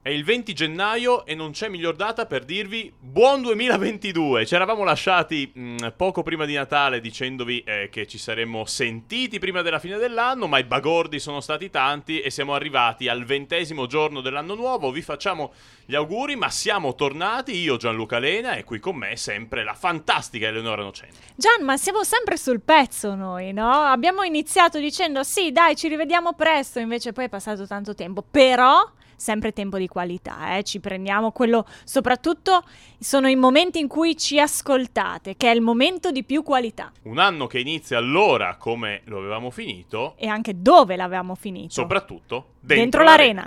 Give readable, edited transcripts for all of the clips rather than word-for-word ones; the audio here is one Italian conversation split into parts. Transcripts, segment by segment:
È il 20 gennaio e non c'è miglior data per dirvi buon 2022. Ci eravamo lasciati poco prima di Natale dicendovi che ci saremmo sentiti prima della fine dell'anno, ma i bagordi sono stati tanti e siamo arrivati al 20° giorno dell'anno nuovo. Vi facciamo gli auguri, ma siamo tornati, io Gianluca Lena e qui con me sempre la fantastica Eleonora Nocenti. Gian, ma siamo sempre sul pezzo noi, no? Abbiamo iniziato dicendo sì, dai, ci rivediamo presto, invece poi è passato tanto tempo, però sempre tempo di qualità, ci prendiamo quello, soprattutto sono i momenti in cui ci ascoltate, che è il momento di più qualità. Un anno che inizia allora come lo avevamo finito e anche dove l'avevamo finito, soprattutto dentro l'arena.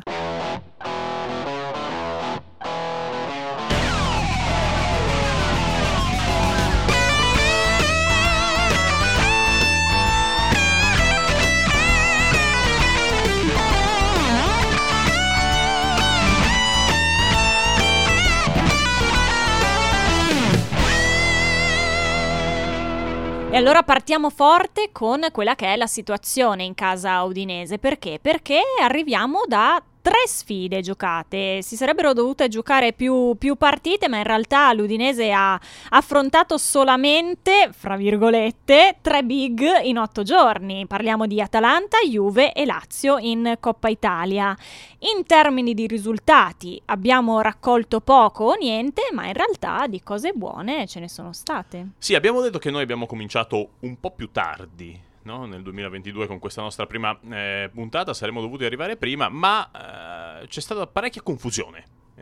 E allora partiamo forte con quella che è la situazione in casa udinese. Perché? Perché arriviamo da 3 sfide giocate. Si sarebbero dovute giocare più partite, ma in realtà l'Udinese ha affrontato solamente, fra virgolette, 3 big in 8 giorni. Parliamo di Atalanta, Juve e Lazio in Coppa Italia. In termini di risultati abbiamo raccolto poco o niente, ma in realtà di cose buone ce ne sono state. Sì, abbiamo detto che noi abbiamo cominciato un po' più tardi, no? Nel 2022 con questa nostra prima puntata saremmo dovuti arrivare prima, ma c'è stata parecchia confusione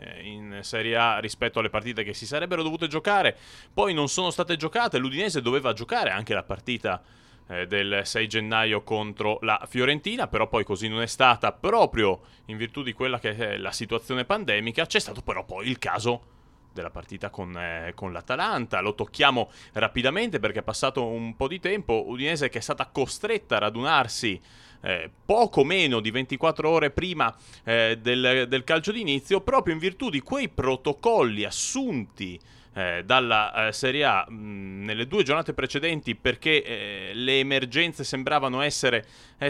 in Serie A rispetto alle partite che si sarebbero dovute giocare, poi non sono state giocate. L'Udinese doveva giocare anche la partita del 6 gennaio contro la Fiorentina, però poi così non è stata proprio in virtù di quella che è la situazione pandemica. C'è stato però poi il caso della partita con l'Atalanta. Lo tocchiamo rapidamente perché è passato un po' di tempo. Udinese che è stata costretta a radunarsi poco meno di 24 ore prima del calcio d'inizio, proprio in virtù di quei protocolli assunti dalla Serie A nelle 2 giornate precedenti, perché le emergenze sembravano essere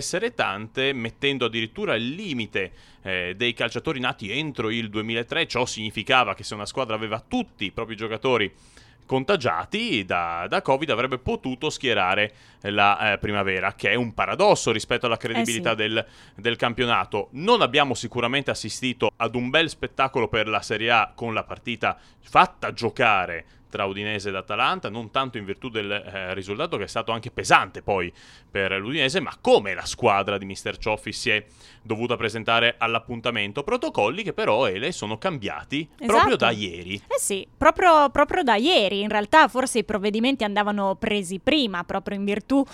tante, mettendo addirittura il limite dei calciatori nati entro il 2003. Ciò significava che se una squadra aveva tutti i propri giocatori contagiati da Covid avrebbe potuto schierare la primavera, che è un paradosso rispetto alla credibilità del campionato. Non abbiamo sicuramente assistito ad un bel spettacolo per la Serie A con la partita fatta giocare tra Udinese ed Atalanta, non tanto in virtù del risultato, che è stato anche pesante poi per l'Udinese, ma come la squadra di Mister Cioffi si è dovuta presentare all'appuntamento. Protocolli che però, Ele, sono cambiati proprio da ieri. Sì, proprio da ieri. In realtà forse i provvedimenti andavano presi prima, proprio in virtù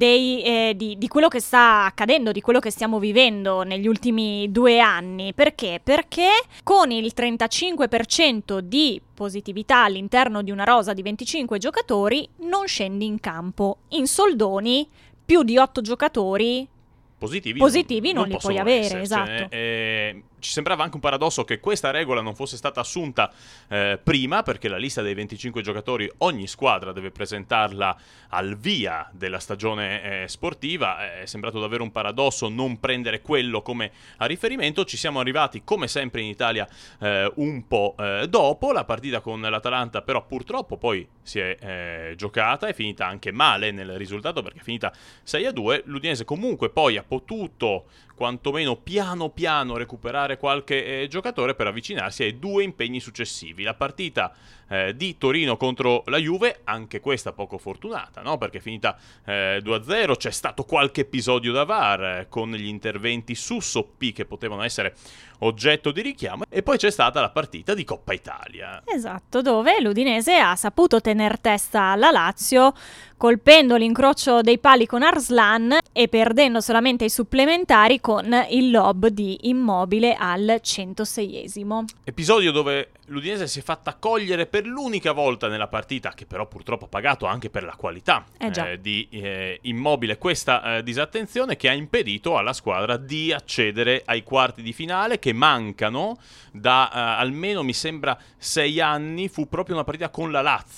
di quello che sta accadendo, di quello che stiamo vivendo negli ultimi 2 anni. Perché? Perché con il 35% di positività all'interno di una rosa di 25 giocatori non scendi in campo. In soldoni più di 8 giocatori positivi non li puoi avere, esatto. Ci sembrava anche un paradosso che questa regola non fosse stata assunta prima, perché la lista dei 25 giocatori ogni squadra deve presentarla al via della stagione sportiva. È sembrato davvero un paradosso non prendere quello come a riferimento. Ci siamo arrivati come sempre in Italia un po' dopo. La partita con l'Atalanta però purtroppo poi si è giocata, è finita anche male nel risultato perché è finita 6-2. L'Udinese comunque poi ha potuto quantomeno piano piano recuperare qualche giocatore per avvicinarsi ai 2 impegni successivi. La partita di Torino contro la Juve, anche questa poco fortunata, no? Perché è finita 2-0, c'è stato qualche episodio da VAR con gli interventi su Soppì che potevano essere oggetto di richiamo, e poi c'è stata la partita di Coppa Italia. Esatto, dove l'Udinese ha saputo tener testa alla Lazio, colpendo l'incrocio dei pali con Arslan e perdendo solamente ai supplementari con il lob di Immobile al 106esimo. Episodio dove l'Udinese si è fatta cogliere per l'unica volta nella partita, che però purtroppo ha pagato anche per la qualità di Immobile, questa disattenzione che ha impedito alla squadra di accedere ai quarti di finale, che mancano da almeno mi sembra 6 anni. Fu proprio una partita con la Lazio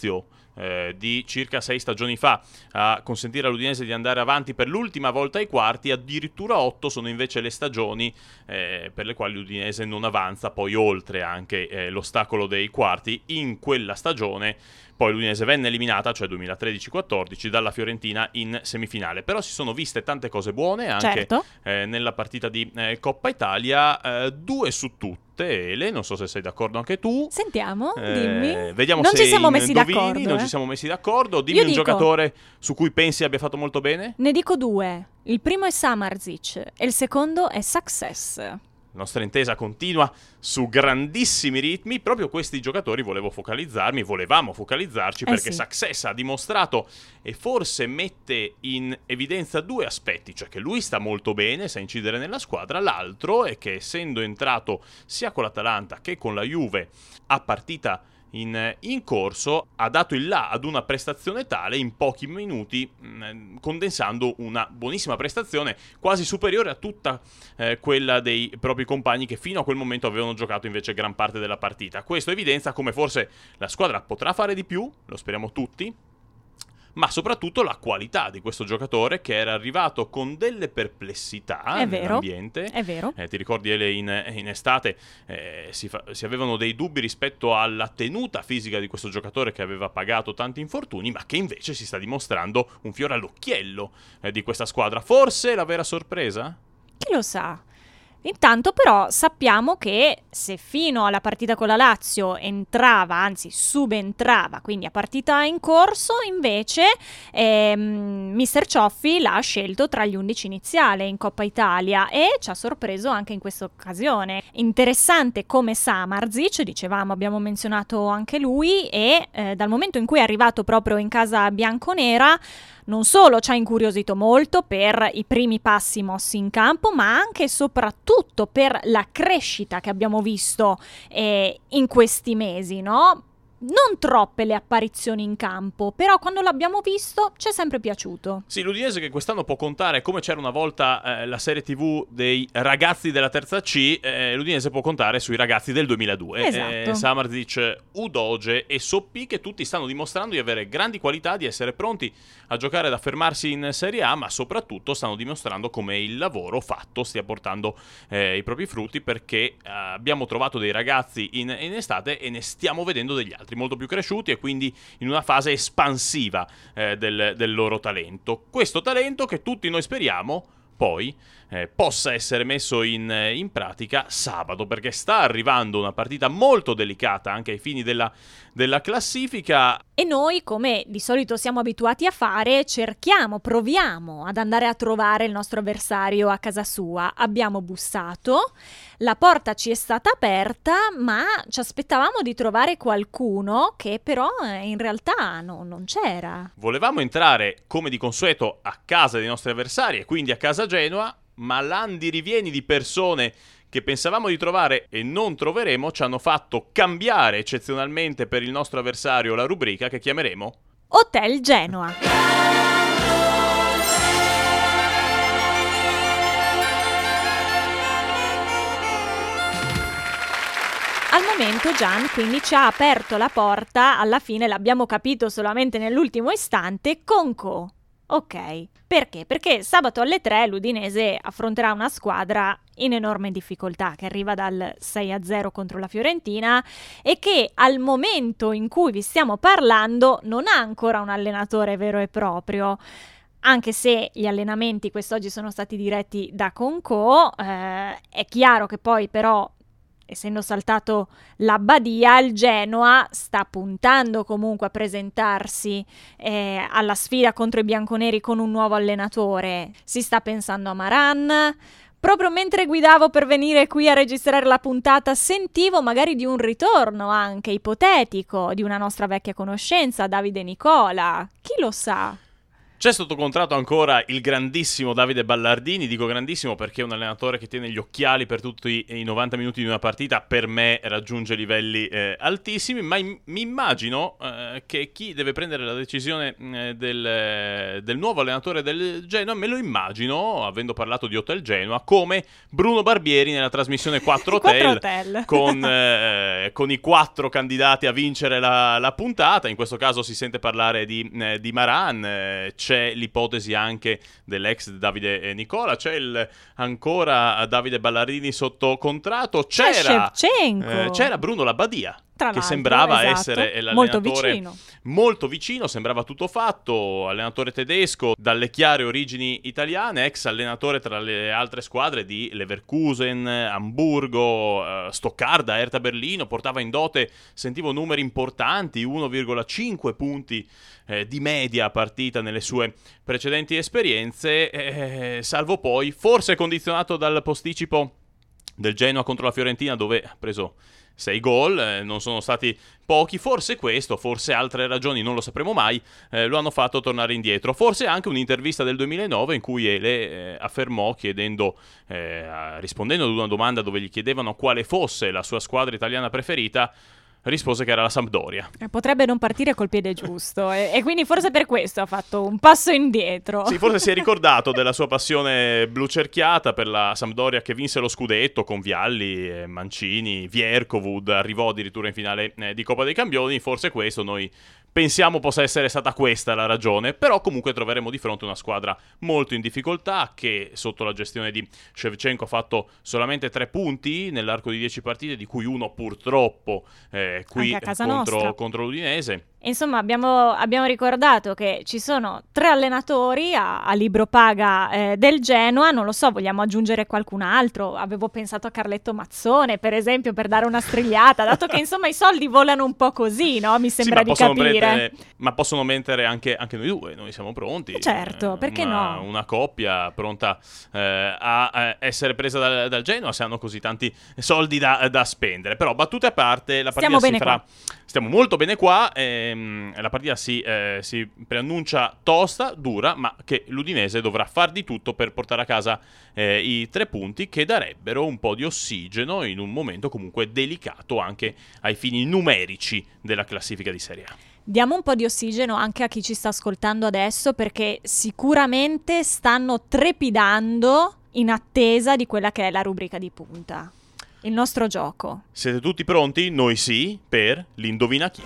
di circa 6 stagioni fa a consentire all'Udinese di andare avanti per l'ultima volta ai quarti, addirittura 8 sono invece le stagioni per le quali l'Udinese non avanza poi oltre anche l'ostacolo dei quarti. In quella stagione poi l'Udinese venne eliminata, cioè 2013-14, dalla Fiorentina in semifinale. Però si sono viste tante cose buone anche nella partita di Coppa Italia, 2 su tutte. Ele, non so se sei d'accordo anche tu. Sentiamo, dimmi. Vediamo non se ci siamo messi indovini, d'accordo. Non ci siamo messi d'accordo. Dimmi un giocatore su cui pensi abbia fatto molto bene. Ne dico 2. Il primo è Samardžić e il secondo è Success. La nostra intesa continua su grandissimi ritmi. Proprio questi giocatori volevamo focalizzarci perché Success ha dimostrato e forse mette in evidenza 2 aspetti, cioè che lui sta molto bene, sa incidere nella squadra. L'altro è che, essendo entrato sia con l'Atalanta che con la Juve a partita in corso, ha dato il là ad una prestazione tale in pochi minuti, condensando una buonissima prestazione quasi superiore a tutta quella dei propri compagni che fino a quel momento avevano giocato invece gran parte della partita. Questo evidenzia come forse la squadra potrà fare di più, lo speriamo tutti, ma soprattutto la qualità di questo giocatore che era arrivato con delle perplessità nell'ambiente. È vero. Ti ricordi, Ele, in estate si avevano dei dubbi rispetto alla tenuta fisica di questo giocatore che aveva pagato tanti infortuni, ma che invece si sta dimostrando un fiore all'occhiello di questa squadra. Forse la vera sorpresa? Chi lo sa? Intanto però sappiamo che se fino alla partita con la Lazio entrava, anzi subentrava, quindi a partita in corso, invece Mister Cioffi l'ha scelto tra gli 11 iniziali in Coppa Italia e ci ha sorpreso anche in questa occasione. Interessante come Samardžić, dicevamo, abbiamo menzionato anche lui, e dal momento in cui è arrivato proprio in casa bianconera non solo ci ha incuriosito molto per i primi passi mossi in campo, ma anche e soprattutto per la crescita che abbiamo visto in questi mesi, no? Non troppe le apparizioni in campo, però quando l'abbiamo visto ci è sempre piaciuto. Sì, l'Udinese che quest'anno può contare, come c'era una volta la serie TV dei ragazzi della terza C, l'Udinese può contare sui ragazzi del 2002. Esatto. Samardžić, Udoge e Soppi, che tutti stanno dimostrando di avere grandi qualità, di essere pronti a giocare ed affermarsi in Serie A, ma soprattutto stanno dimostrando come il lavoro fatto stia portando i propri frutti, perché abbiamo trovato dei ragazzi in estate e ne stiamo vedendo degli altri molto più cresciuti e quindi in una fase espansiva del loro talento. Questo talento che tutti noi speriamo poi possa essere messo in pratica sabato, perché sta arrivando una partita molto delicata anche ai fini della classifica. E noi, come di solito siamo abituati a fare, proviamo ad andare a trovare il nostro avversario a casa sua. Abbiamo bussato, la porta ci è stata aperta, ma ci aspettavamo di trovare qualcuno che però in realtà non c'era. Volevamo entrare, come di consueto, a casa dei nostri avversari e quindi a casa Genoa, ma l'andirivieni di persone che pensavamo di trovare e non troveremo ci hanno fatto cambiare eccezionalmente per il nostro avversario la rubrica che chiameremo Hotel Genoa. Al momento Gian quindi ci ha aperto la porta, alla fine l'abbiamo capito solamente nell'ultimo istante, con Co. Ok, perché? Perché sabato alle 3 l'Udinese affronterà una squadra in enorme difficoltà che arriva dal 6-0 contro la Fiorentina e che al momento in cui vi stiamo parlando non ha ancora un allenatore vero e proprio. Anche se gli allenamenti quest'oggi sono stati diretti da Concò, è chiaro che poi però, essendo saltato la Badia, il Genoa sta puntando comunque a presentarsi alla sfida contro i bianconeri con un nuovo allenatore. Si sta pensando a Maran. Proprio mentre guidavo per venire qui a registrare la puntata sentivo magari di un ritorno anche ipotetico di una nostra vecchia conoscenza, Davide Nicola. Chi lo sa? C'è sotto contratto ancora il grandissimo Davide Ballardini, dico grandissimo perché è un allenatore che tiene gli occhiali per tutti i 90 minuti di una partita, per me raggiunge livelli altissimi, ma mi immagino che chi deve prendere la decisione del nuovo allenatore del Genoa, me lo immagino, avendo parlato di Hotel Genoa, come Bruno Barbieri nella trasmissione 4 Hotel. Con i 4 candidati a vincere la puntata. In questo caso si sente parlare di Maran, c'è l'ipotesi anche dell'ex Davide Nicola, c'è ancora Davide Ballardini sotto contratto, c'era Bruno Labbadia, che sembrava essere l'allenatore molto vicino, sembrava tutto fatto, allenatore tedesco dalle chiare origini italiane, ex allenatore tra le altre squadre di Leverkusen, Amburgo, Stoccarda, Hertha Berlino, portava in dote, sentivo numeri importanti, 1,5 punti di media a partita nelle sue precedenti esperienze, salvo poi, forse condizionato dal posticipo del Genoa contro la Fiorentina, dove ha preso 6 gol, non sono stati pochi, forse questo, forse altre ragioni, non lo sapremo mai, lo hanno fatto tornare indietro. Forse anche un'intervista del 2009 in cui Ele affermò, rispondendo ad una domanda dove gli chiedevano quale fosse la sua squadra italiana preferita, rispose che era la Sampdoria. Potrebbe non partire col piede giusto e quindi forse per questo ha fatto un passo indietro. Sì, forse si è ricordato della sua passione blu cerchiata per la Sampdoria, che vinse lo scudetto con Vialli, Mancini, Vierkovud, arrivò addirittura in finale di Coppa dei Campioni. Forse questo, noi pensiamo possa essere stata questa la ragione, però comunque troveremo di fronte una squadra molto in difficoltà, che sotto la gestione di Shevchenko ha fatto solamente 3 punti nell'arco di 10 partite, di cui uno purtroppo qui contro l'Udinese. Insomma, abbiamo ricordato che ci sono 3 allenatori a libro paga del Genoa. Non lo so, vogliamo aggiungere qualcun altro? Avevo pensato a Carletto Mazzone, per esempio, per dare una strigliata, dato che insomma i soldi volano un po' così, no? Mi sembra di capire. Ma possono mettere anche noi due, noi siamo pronti. Certo, perché no? Una coppia pronta a essere presa dal Genoa, se hanno così tanti soldi da spendere. Però, battute a parte, la partita si farà... Stiamo molto bene qua, la partita si preannuncia tosta, dura, ma che l'Udinese dovrà far di tutto per portare a casa i 3 punti, che darebbero un po' di ossigeno in un momento comunque delicato anche ai fini numerici della classifica di Serie A. Diamo un po' di ossigeno anche a chi ci sta ascoltando adesso, perché sicuramente stanno trepidando in attesa di quella che è la rubrica di punta. Il nostro gioco. Siete tutti pronti? Noi sì, per l'Indovina Chi.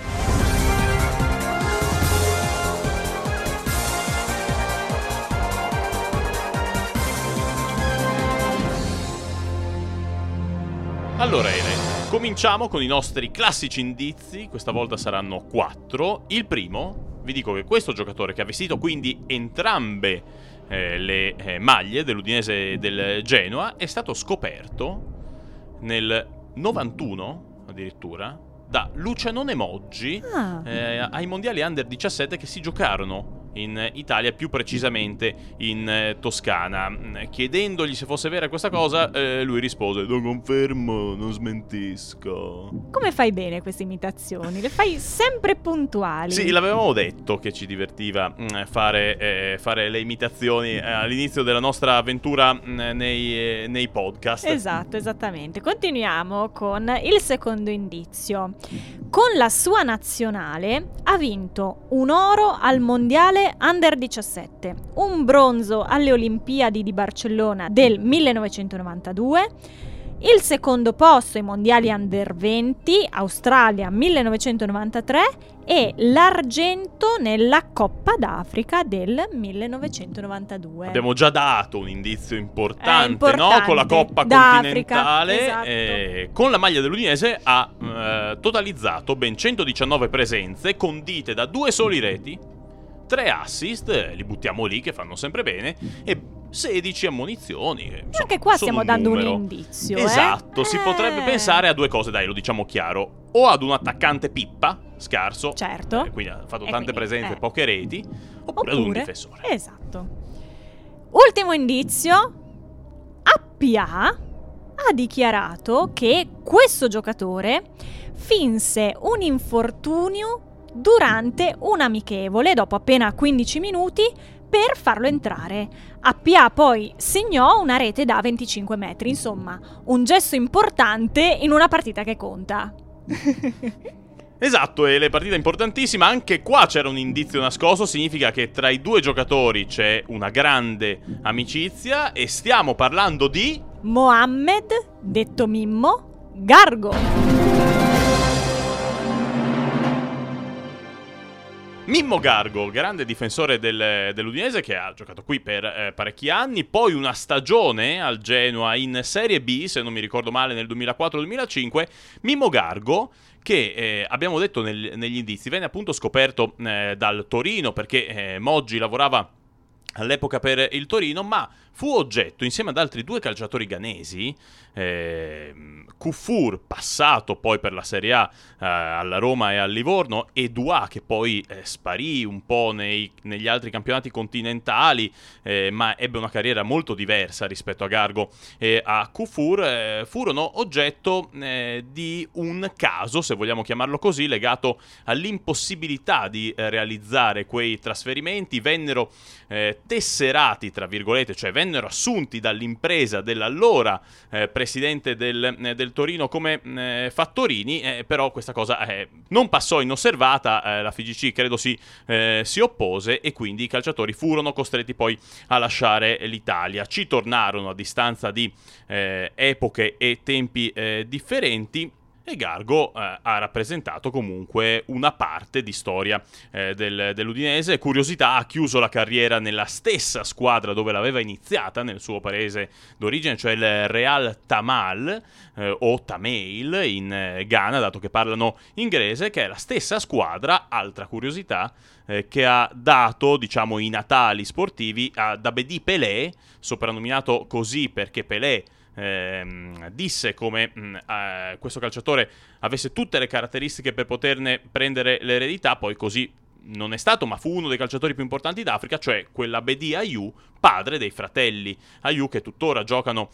Allora Ele, cominciamo con i nostri classici indizi, questa volta saranno 4. Il primo, vi dico che questo giocatore, che ha vestito quindi entrambe le maglie dell'Udinese e del Genoa, è stato scoperto nel 91 addirittura da Lucianone Moggi ai mondiali Under 17 che si giocarono in Italia, più precisamente in Toscana. Chiedendogli se fosse vera questa cosa, lui rispose: lo confermo, non smentisco. Come fai bene queste imitazioni? Le fai sempre puntuali. Sì, l'avevamo detto che ci divertiva fare le imitazioni all'inizio della nostra avventura nei podcast. Esatto, esattamente. Continuiamo con il secondo indizio. Con la sua nazionale ha vinto un oro al mondiale Under 17, un bronzo alle Olimpiadi di Barcellona del 1992, il secondo posto ai mondiali Under 20 Australia 1993 e l'argento nella Coppa d'Africa del 1992. Abbiamo già dato un indizio importante, no? Con la Coppa continentale, esatto. Con la maglia dell'Udinese ha totalizzato ben 119 presenze, condite da 2 soli reti, 3 assist, li buttiamo lì che fanno sempre bene, e 16 ammonizioni. Insomma, anche qua stiamo dando un indizio. Esatto, si potrebbe pensare a 2 cose, dai, lo diciamo chiaro. O ad un attaccante pippa, scarso, certo, quindi ha fatto tante presenze, poche reti, oppure ad un difensore. Esatto. Ultimo indizio, APA ha dichiarato che questo giocatore finse un infortunio durante un amichevole dopo appena 15 minuti per farlo entrare. Appia poi segnò una rete da 25 metri, insomma, un gesto importante in una partita che conta. Esatto, e le partite importantissime, anche qua c'era un indizio nascosto, significa che tra i due giocatori c'è una grande amicizia e stiamo parlando di... Mohamed, detto Mimmo, Gargo. Mimmo Gargo, grande difensore dell'Udinese che ha giocato qui per parecchi anni, poi una stagione al Genoa in Serie B, se non mi ricordo male nel 2004-2005, Mimmo Gargo che abbiamo detto negli indizi, venne appunto scoperto dal Torino perché Moggi lavorava all'epoca per il Torino, ma fu oggetto insieme ad altri due calciatori ghanesi, Kufur, passato poi per la Serie A alla Roma e al Livorno, e Dua, che poi sparì un po' negli altri campionati continentali, ma ebbe una carriera molto diversa rispetto a Gargo e a Kufur, furono oggetto di un caso, se vogliamo chiamarlo così, legato all'impossibilità di realizzare quei trasferimenti. Vennero tesserati, tra virgolette, cioè vennero assunti dall'impresa dell'allora presidente del Torino come fattorini, però questa cosa non passò inosservata, la FIGC credo si oppose e quindi i calciatori furono costretti poi a lasciare l'Italia. Ci tornarono a distanza di epoche e tempi differenti. E Gargo ha rappresentato comunque una parte di storia dell'Udinese. Curiosità, ha chiuso la carriera nella stessa squadra dove l'aveva iniziata, nel suo paese d'origine, cioè il Real Tamal, o Tamail in Ghana, dato che parlano inglese, che è la stessa squadra, altra curiosità, che ha dato, diciamo, i natali sportivi a Dabedi Pelé, soprannominato così perché Pelé disse come questo calciatore avesse tutte le caratteristiche per poterne prendere l'eredità. Poi così non è stato, ma fu uno dei calciatori più importanti d'Africa, cioè quell'Abedi Ayew, padre dei fratelli Ayew, che tuttora giocano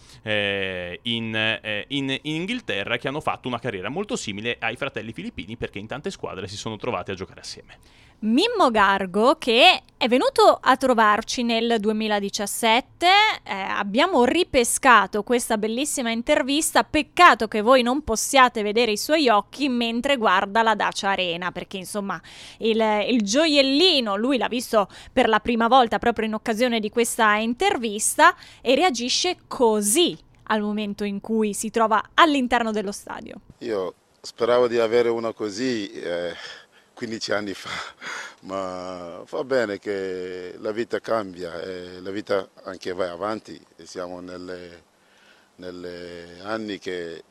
in Inghilterra e che hanno fatto una carriera molto simile ai fratelli filippini, perché in tante squadre si sono trovati a giocare assieme. Mimmo Gargo, che è venuto a trovarci nel 2017, abbiamo ripescato questa bellissima intervista, peccato che voi non possiate vedere i suoi occhi mentre guarda la Dacia Arena, perché insomma il gioiellino lui l'ha visto per la prima volta proprio in occasione di questa intervista e reagisce così al momento in cui si trova all'interno dello stadio. Io speravo di avere una così 15 anni fa, ma va bene che la vita cambia e la vita anche va avanti e siamo nelle anni che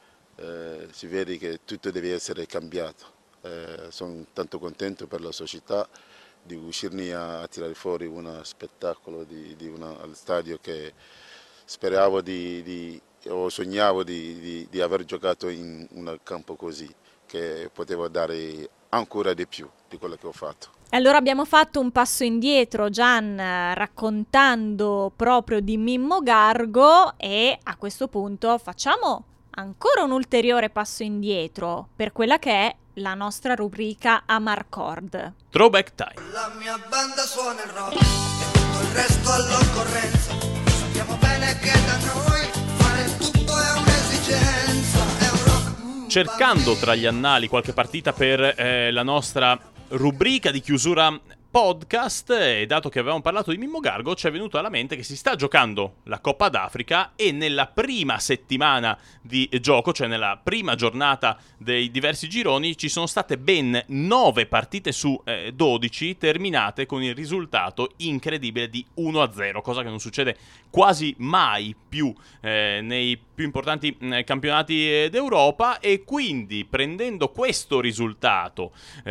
si vede che tutto deve essere cambiato. Sono tanto contento per la società di uscirne a tirare fuori uno spettacolo al stadio che speravo o sognavo di aver giocato in un campo così, che potevo dare ancora di più di quello che ho fatto. E allora abbiamo fatto un passo indietro, Gian, raccontando proprio di Mimmo Gargo, e a questo punto facciamo ancora un ulteriore passo indietro per quella che è la nostra rubrica Amarcord. Throwback Time. La mia banda suona il rock e tutto il resto all'occorrenza. Sappiamo bene che da noi fare tutto è un'esigenza, è un rock. Cercando tra gli annali qualche partita per la nostra rubrica di chiusura podcast, e dato che avevamo parlato di Mimmo Gargo, ci è venuto alla mente che si sta giocando la Coppa d'Africa e nella prima settimana di gioco, cioè nella prima giornata dei diversi gironi, ci sono state ben 9 partite su 12 terminate con il risultato incredibile di 1-0, cosa che non succede quasi mai più nei più importanti campionati d'Europa. E quindi, prendendo questo risultato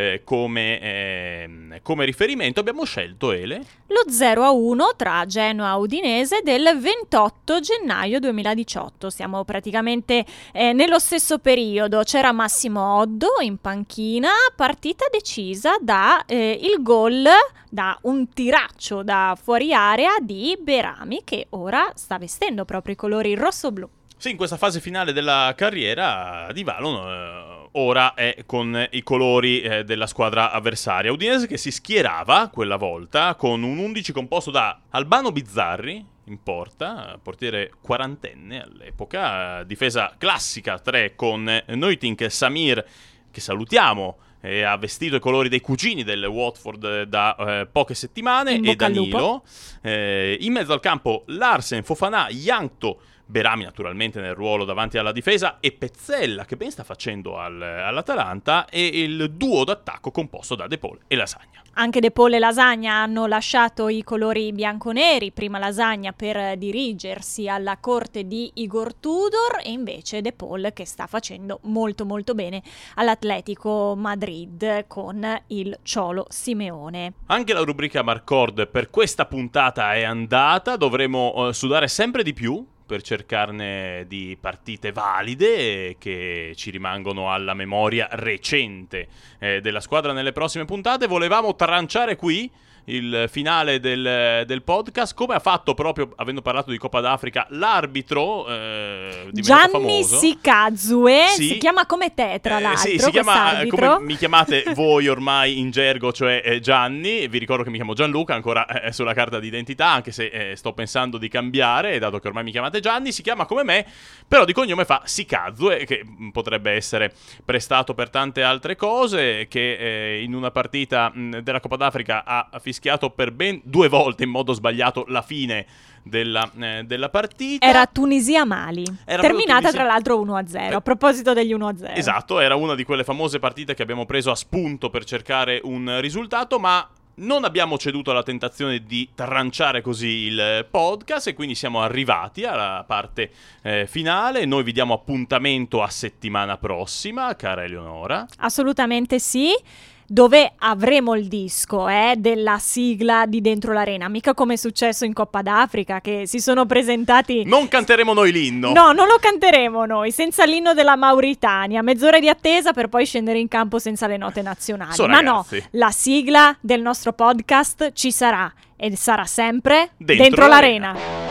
come riferimento, abbiamo scelto, Ele, lo 0-1 tra Genoa e Udinese del 28 gennaio 2018. Siamo praticamente nello stesso periodo. C'era Massimo Oddo in panchina, partita decisa da il gol, da un tiraccio da fuori area di Berami, che ora sta vestendo proprio i colori rosso-blu. Sì, in questa fase finale della carriera Dybala ora è con i colori della squadra avversaria. Udinese che si schierava quella volta con un 11 composto da Albano Bizzarri in porta, portiere quarantenne all'epoca, difesa classica 3 con Neutink e Samir, che salutiamo, ha vestito i colori dei cugini del Watford da poche settimane, e Danilo. In mezzo al campo Larsen, Fofana, Jankto, Berami naturalmente nel ruolo davanti alla difesa, e Pezzella che ben sta facendo all'Atalanta, e il duo d'attacco composto da De Paul e Lasagna. Anche De Paul e Lasagna hanno lasciato i colori bianconeri, prima Lasagna per dirigersi alla corte di Igor Tudor, e invece De Paul che sta facendo molto molto bene all'Atletico Madrid con il Cholo Simeone. Anche la rubrica Marcord per questa puntata è andata, dovremo sudare sempre di più per cercarne di partite valide che ci rimangono alla memoria recente della squadra nelle prossime puntate. Volevamo tranciare qui il finale del podcast, come ha fatto, proprio avendo parlato di Coppa d'Africa, l'arbitro Gianni famoso. Sikazue, si chiama come te tra l'altro, sì, si chiama come mi chiamate voi ormai in gergo, cioè Gianni. Vi ricordo che mi chiamo Gianluca, ancora sulla carta d'identità, anche se sto pensando di cambiare, dato che ormai mi chiamate Gianni. Si chiama come me, però di cognome fa Sikazue, che potrebbe essere prestato per tante altre cose, che in una partita della Coppa d'Africa ha fischiato per ben 2 volte in modo sbagliato la fine della partita. Era Tunisia-Mali, terminata tra l'altro 1-0, a proposito degli 1-0. Esatto, era una di quelle famose partite che abbiamo preso a spunto per cercare un risultato, ma non abbiamo ceduto alla tentazione di tranciare così il podcast, e quindi siamo arrivati alla parte finale. Noi vi diamo appuntamento a settimana prossima, cara Eleonora. Assolutamente sì, dove avremo il disco della sigla di Dentro l'Arena, mica come è successo in Coppa d'Africa, che si sono presentati. Non canteremo noi l'inno. No, non lo canteremo noi, senza l'inno della Mauritania, mezz'ora di attesa per poi scendere in campo senza le note nazionali. Ma ragazzi, no, la sigla del nostro podcast ci sarà, e sarà sempre Dentro l'Arena.